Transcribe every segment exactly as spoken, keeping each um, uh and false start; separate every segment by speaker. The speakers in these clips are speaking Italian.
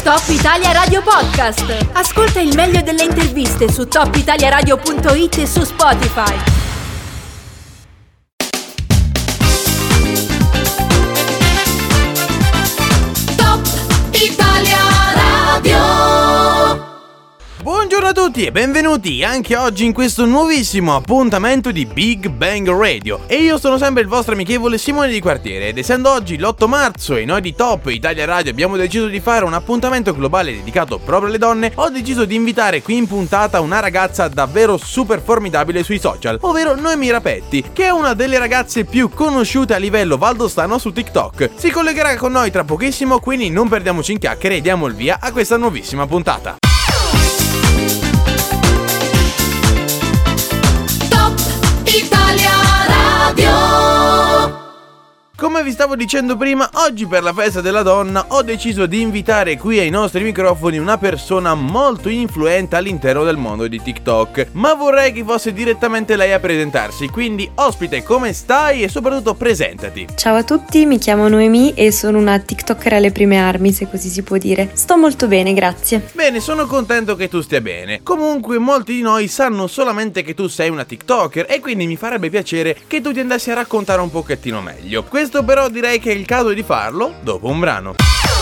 Speaker 1: Top Italia Radio Podcast. Ascolta il meglio delle interviste su top italia radio punto it e su Spotify. Top Italia Radio.
Speaker 2: Buongiorno a tutti e benvenuti anche oggi in questo nuovissimo appuntamento di Big Bang Radio. E io sono sempre il vostro amichevole Simone Di Quartiere, ed essendo oggi l'otto marzo e noi di Top Italia Radio abbiamo deciso di fare un appuntamento globale dedicato proprio alle donne, ho deciso di invitare qui in puntata una ragazza davvero super formidabile sui social, ovvero Noemi Rapetti, che è una delle ragazze più conosciute a livello valdostano su TikTok. Si collegherà con noi tra pochissimo, quindi non perdiamoci in chiacchiere e diamo il via a questa nuovissima puntata.
Speaker 1: Italia Radio.
Speaker 2: Come vi stavo dicendo prima, oggi per la festa della donna ho deciso di invitare qui ai nostri microfoni una persona molto influente all'interno del mondo di TikTok, ma vorrei che fosse direttamente lei a presentarsi, quindi ospite, come stai e soprattutto presentati.
Speaker 3: Ciao a tutti, mi chiamo Noemi e sono una TikToker alle prime armi, se così si può dire. Sto molto bene, grazie.
Speaker 2: Bene, sono contento che tu stia bene. Comunque molti di noi sanno solamente che tu sei una TikToker e quindi mi farebbe piacere che tu ti andassi a raccontare un pochettino meglio. Questo però direi che è il caso di farlo dopo un brano.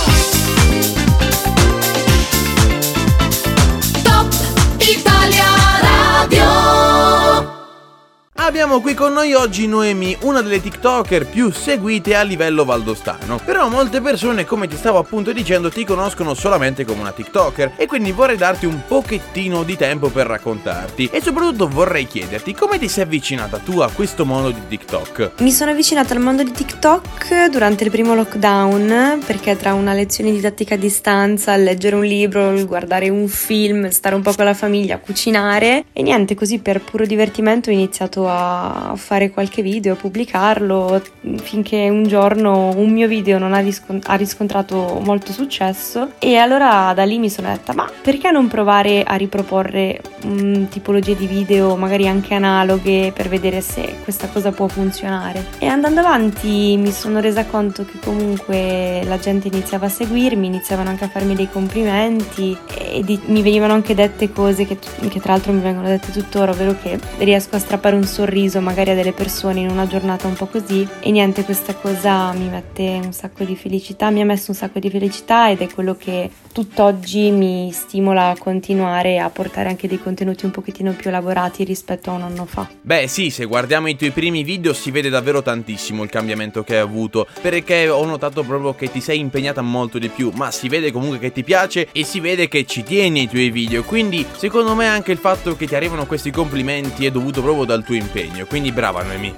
Speaker 1: Top Italia Radio.
Speaker 2: Abbiamo qui con noi oggi Noemi, una delle TikToker più seguite a livello valdostano. Però molte persone, come ti stavo appunto dicendo, ti conoscono solamente come una TikToker e quindi vorrei darti un pochettino di tempo per raccontarti. E soprattutto vorrei chiederti come ti sei avvicinata tu a questo mondo di TikTok.
Speaker 3: Mi sono avvicinata al mondo di TikTok durante il primo lockdown, perché tra una lezione didattica a distanza, leggere un libro, guardare un film, stare un po' con la famiglia, cucinare e niente, così per puro divertimento ho iniziato a fare qualche video, a pubblicarlo, finché un giorno un mio video non ha, riscont- ha riscontrato molto successo e allora da lì mi sono detta: ma perché non provare a riproporre um, tipologie di video magari anche analoghe per vedere se questa cosa può funzionare. E andando avanti mi sono resa conto che comunque la gente iniziava a seguirmi, iniziavano anche a farmi dei complimenti e di- mi venivano anche dette cose che, che tra l'altro mi vengono dette tuttora, ovvero che riesco a strappare un sorriso magari a delle persone in una giornata un po' così. E niente, questa cosa mi mette un sacco di felicità, mi ha messo un sacco di felicità ed è quello che tutt'oggi mi stimola a continuare a portare anche dei contenuti un pochettino più elaborati rispetto a un anno fa.
Speaker 2: Beh sì, se guardiamo i tuoi primi video si vede davvero tantissimo il cambiamento che hai avuto, perché ho notato proprio che ti sei impegnata molto di più, ma si vede comunque che ti piace e si vede che ci tieni ai tuoi video, quindi secondo me anche il fatto che ti arrivano questi complimenti è dovuto proprio dal tuo impegno, quindi brava Noemi.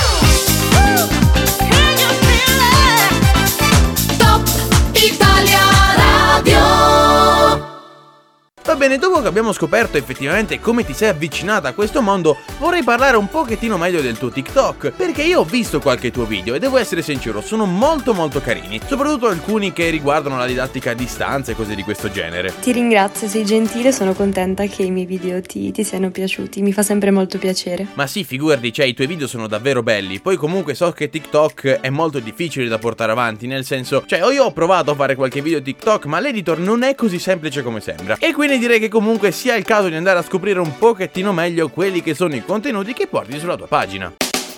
Speaker 1: Top Italia Radio.
Speaker 2: Va bene, dopo che abbiamo scoperto effettivamente come ti sei avvicinata a questo mondo, vorrei parlare un pochettino meglio del tuo TikTok, perché io ho visto qualche tuo video e devo essere sincero, sono molto molto carini, soprattutto alcuni che riguardano la didattica a distanza e cose di questo genere.
Speaker 3: Ti ringrazio, sei gentile, sono contenta che i miei video ti, ti siano piaciuti, mi fa sempre molto piacere.
Speaker 2: Ma sì, figurati, cioè i tuoi video sono davvero belli, poi comunque so che TikTok è molto difficile da portare avanti, nel senso, cioè io ho provato a fare qualche video TikTok, ma l'editor non è così semplice come sembra, e quindi direi che comunque sia il caso di andare a scoprire un pochettino meglio quelli che sono i contenuti che porti sulla tua pagina.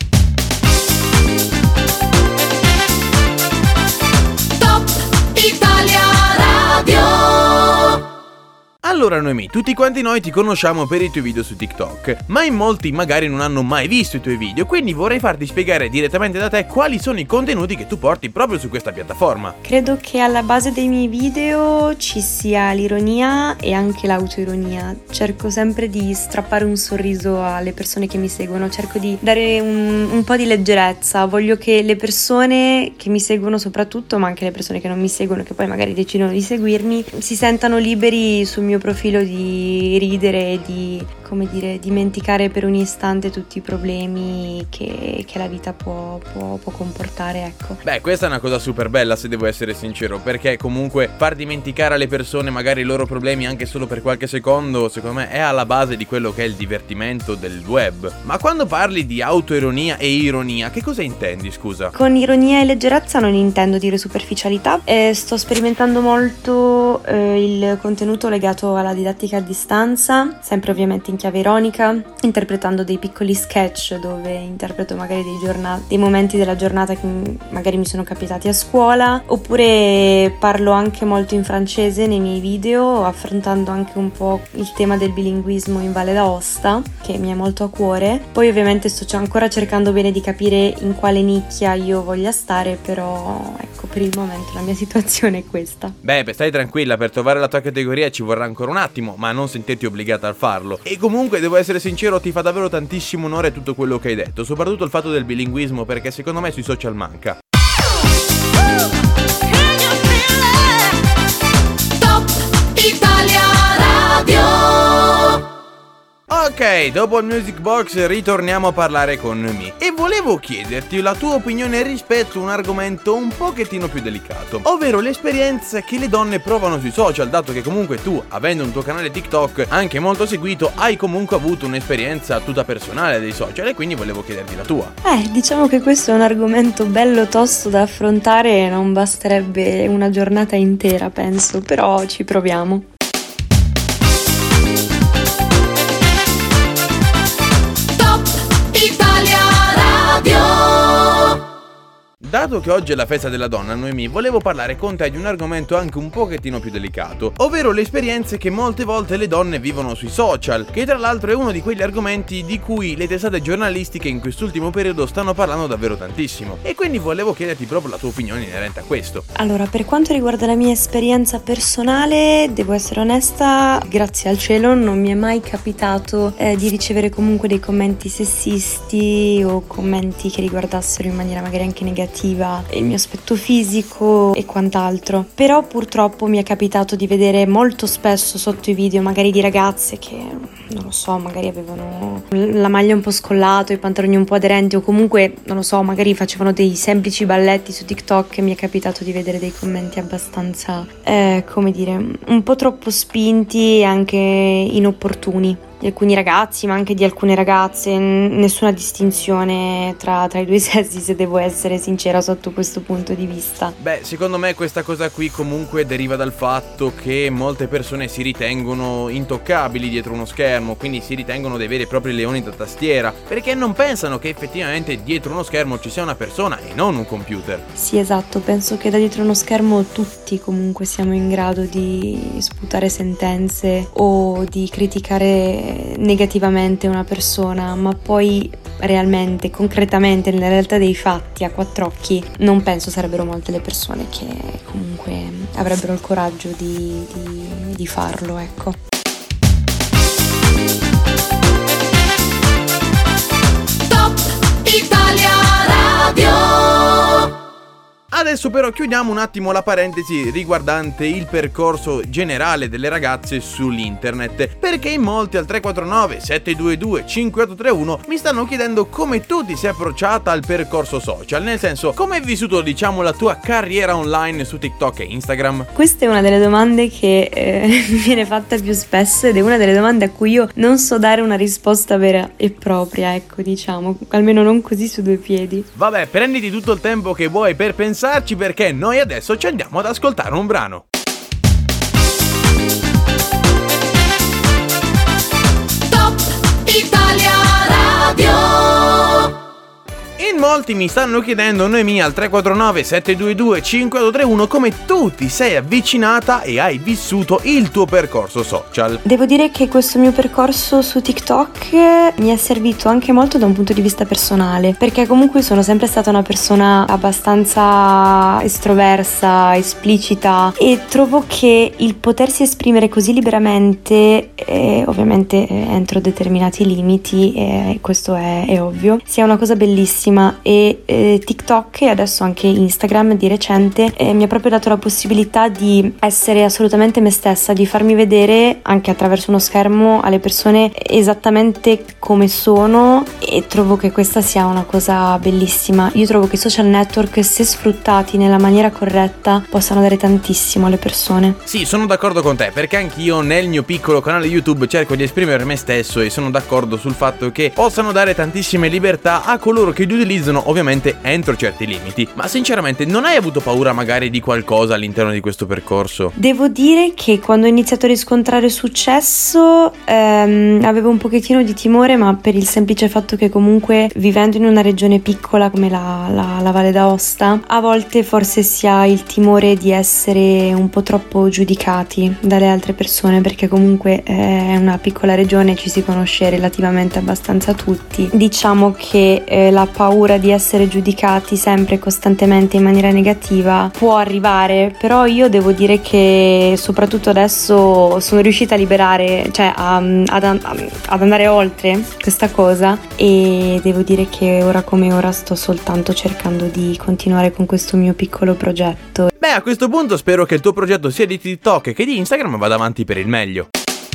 Speaker 1: Top Italia Radio.
Speaker 2: Allora Noemi, tutti quanti noi ti conosciamo per i tuoi video su TikTok, ma in molti magari non hanno mai visto i tuoi video, quindi vorrei farti spiegare direttamente da te quali sono i contenuti che tu porti proprio su questa piattaforma.
Speaker 3: Credo che alla base dei miei video ci sia l'ironia e anche l'autoironia. Cerco sempre di strappare un sorriso alle persone che mi seguono, cerco di dare un, un po' di leggerezza. Voglio che le persone che mi seguono soprattutto, ma anche le persone che non mi seguono, che poi magari decidono di seguirmi, si sentano liberi sul mio profilo di ridere e di come dire, dimenticare per un istante tutti i problemi che, che la vita può, può, può comportare, ecco.
Speaker 2: Beh, questa è una cosa super bella, se devo essere sincero, perché comunque far dimenticare alle persone magari i loro problemi anche solo per qualche secondo, secondo me è alla base di quello che è il divertimento del web. Ma quando parli di autoironia e ironia, che cosa intendi, scusa?
Speaker 3: Con ironia e leggerezza non intendo dire superficialità, eh, sto sperimentando molto eh, il contenuto legato alla didattica a distanza, sempre ovviamente in chiave ironica, interpretando dei piccoli sketch dove interpreto magari dei, giornati, dei momenti della giornata che magari mi sono capitati a scuola, oppure parlo anche molto in francese nei miei video, affrontando anche un po' il tema del bilinguismo in Valle d'Aosta, che mi è molto a cuore. Poi ovviamente sto ancora cercando bene di capire in quale nicchia io voglia stare, però ecco, per il momento la mia situazione è questa.
Speaker 2: Beh, beh, stai tranquilla, per trovare la tua categoria ci vorrà ancora un attimo, ma non sentirti obbligata a farlo. E comunque, devo essere sincero, ti fa davvero tantissimo onore tutto quello che hai detto, soprattutto il fatto del bilinguismo, perché secondo me sui social manca.
Speaker 1: Top Italia Radio.
Speaker 2: Ok, dopo il Music Box ritorniamo a parlare con Noemi e volevo chiederti la tua opinione rispetto a un argomento un pochettino più delicato, ovvero l'esperienza che le donne provano sui social, dato che comunque tu, avendo un tuo canale TikTok anche molto seguito, hai comunque avuto un'esperienza tutta personale dei social e quindi volevo chiederti la tua.
Speaker 3: Eh, diciamo che questo è un argomento bello tosto da affrontare e non basterebbe una giornata intera, penso, però ci proviamo.
Speaker 2: Dato che oggi è la festa della donna, Noemi, volevo parlare con te di un argomento anche un pochettino più delicato, ovvero le esperienze che molte volte le donne vivono sui social, che tra l'altro è uno di quegli argomenti di cui le testate giornalistiche in quest'ultimo periodo stanno parlando davvero tantissimo. E quindi volevo chiederti proprio la tua opinione inerente a questo.
Speaker 3: Allora, per quanto riguarda la mia esperienza personale, devo essere onesta, grazie al cielo non mi è mai capitato eh, di ricevere comunque dei commenti sessisti o commenti che riguardassero in maniera magari anche negativa il mio aspetto fisico e quant'altro. Però purtroppo mi è capitato di vedere molto spesso sotto i video magari di ragazze che, non lo so, magari avevano la maglia un po' scollata, i pantaloni un po' aderenti o comunque, non lo so, magari facevano dei semplici balletti su TikTok e mi è capitato di vedere dei commenti abbastanza, eh, come dire, un po' troppo spinti e anche inopportuni. Di alcuni ragazzi, ma anche di alcune ragazze, nessuna distinzione tra, tra i due sessi, se devo essere sincera sotto questo punto di vista.
Speaker 2: Beh, secondo me questa cosa qui comunque deriva dal fatto che molte persone si ritengono intoccabili dietro uno schermo, quindi si ritengono dei veri e propri leoni da tastiera, perché non pensano che effettivamente dietro uno schermo ci sia una persona e non un computer.
Speaker 3: Sì, esatto, penso che da dietro uno schermo tutti comunque siamo in grado di sputare sentenze o di criticare negativamente una persona, ma poi realmente, concretamente, nella realtà dei fatti, a quattro occhi, non penso sarebbero molte le persone che comunque avrebbero il coraggio di, di, di farlo, ecco.
Speaker 1: Top Italia Radio.
Speaker 2: Adesso però chiudiamo un attimo la parentesi riguardante il percorso generale delle ragazze sull'internet, perché in molti al tre quattro nove sette due due cinque otto tre uno mi stanno chiedendo come tu ti sei approcciata al percorso social, nel senso, come hai vissuto, diciamo, la tua carriera online su TikTok e Instagram?
Speaker 3: Questa è una delle domande che eh, viene fatta più spesso ed è una delle domande a cui io non so dare una risposta vera e propria, ecco, diciamo, almeno non così su due piedi.
Speaker 2: Vabbè, prenditi tutto il tempo che vuoi per pensare, perché noi adesso ci andiamo ad ascoltare un brano.
Speaker 1: Top Italia Radio.
Speaker 2: In molti mi stanno chiedendo, Noemi, al tre quattro nove sette due due cinque otto tre uno, come tu ti sei avvicinata e hai vissuto il tuo percorso social.
Speaker 3: Devo dire che questo mio percorso su TikTok mi è servito anche molto da un punto di vista personale, perché comunque sono sempre stata una persona abbastanza estroversa, esplicita, e trovo che il potersi esprimere così liberamente eh, ovviamente eh, entro determinati limiti, e questo è, è ovvio, sia una cosa bellissima. E eh, TikTok e adesso anche Instagram di recente eh, mi ha proprio dato la possibilità di essere assolutamente me stessa, di farmi vedere anche attraverso uno schermo alle persone esattamente come sono, e trovo che questa sia una cosa bellissima. Io trovo che i social network, se sfruttati nella maniera corretta, possano dare tantissimo alle persone.
Speaker 2: Sì, sono d'accordo con te, perché anch'io nel mio piccolo canale YouTube cerco di esprimere me stesso e sono d'accordo sul fatto che possano dare tantissime libertà a coloro che li utilizzano, ovviamente entro certi limiti. Ma sinceramente non hai avuto paura magari di qualcosa all'interno di questo percorso?
Speaker 3: Devo dire che quando ho iniziato a riscontrare successo ehm, avevo un pochettino di timore, ma per il semplice fatto che comunque vivendo in una regione piccola come la, la, la Valle d'Aosta, a volte forse si ha il timore di essere un po' troppo giudicati dalle altre persone, perché comunque è una piccola regione, ci si conosce relativamente abbastanza tutti. Diciamo che eh, la paura di essere giudicati sempre e costantemente in maniera negativa può arrivare, però io devo dire che soprattutto adesso sono riuscita a liberare, cioè a, ad, ad andare oltre questa cosa, e devo dire che ora come ora sto soltanto cercando di continuare con questo mio piccolo progetto.
Speaker 2: Beh, a questo punto spero che il tuo progetto sia di TikTok che di Instagram vada avanti per il meglio.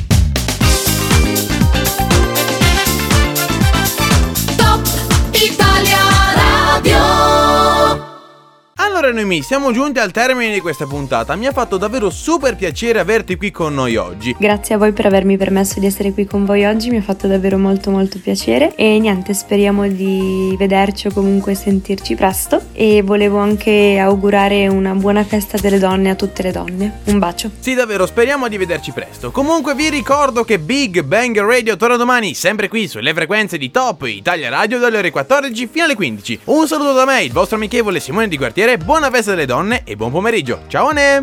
Speaker 1: Top Italia Radio.
Speaker 2: Allora Noemi, siamo giunti al termine di questa puntata. Mi ha fatto davvero super piacere averti qui con noi oggi.
Speaker 3: Grazie a voi per avermi permesso di essere qui con voi oggi, mi ha fatto davvero molto molto piacere, e niente, speriamo di vederci o comunque sentirci presto, e volevo anche augurare una buona festa delle donne a tutte le donne. Un bacio.
Speaker 2: Sì, davvero, speriamo di vederci presto. Comunque vi ricordo che Big Bang Radio torna domani, sempre qui sulle frequenze di Top Italia Radio, dalle ore quattordici fino alle quindici. Un saluto da me, il vostro amichevole Simone Di Quartiere. Buona festa delle donne e buon pomeriggio. Ciao Ne!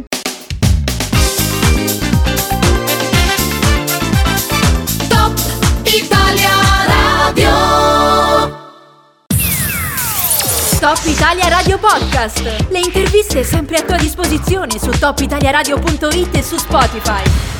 Speaker 1: Top Italia Radio. Top Italia Radio Podcast. Le interviste sempre a tua disposizione su top italia radio punto it e su Spotify.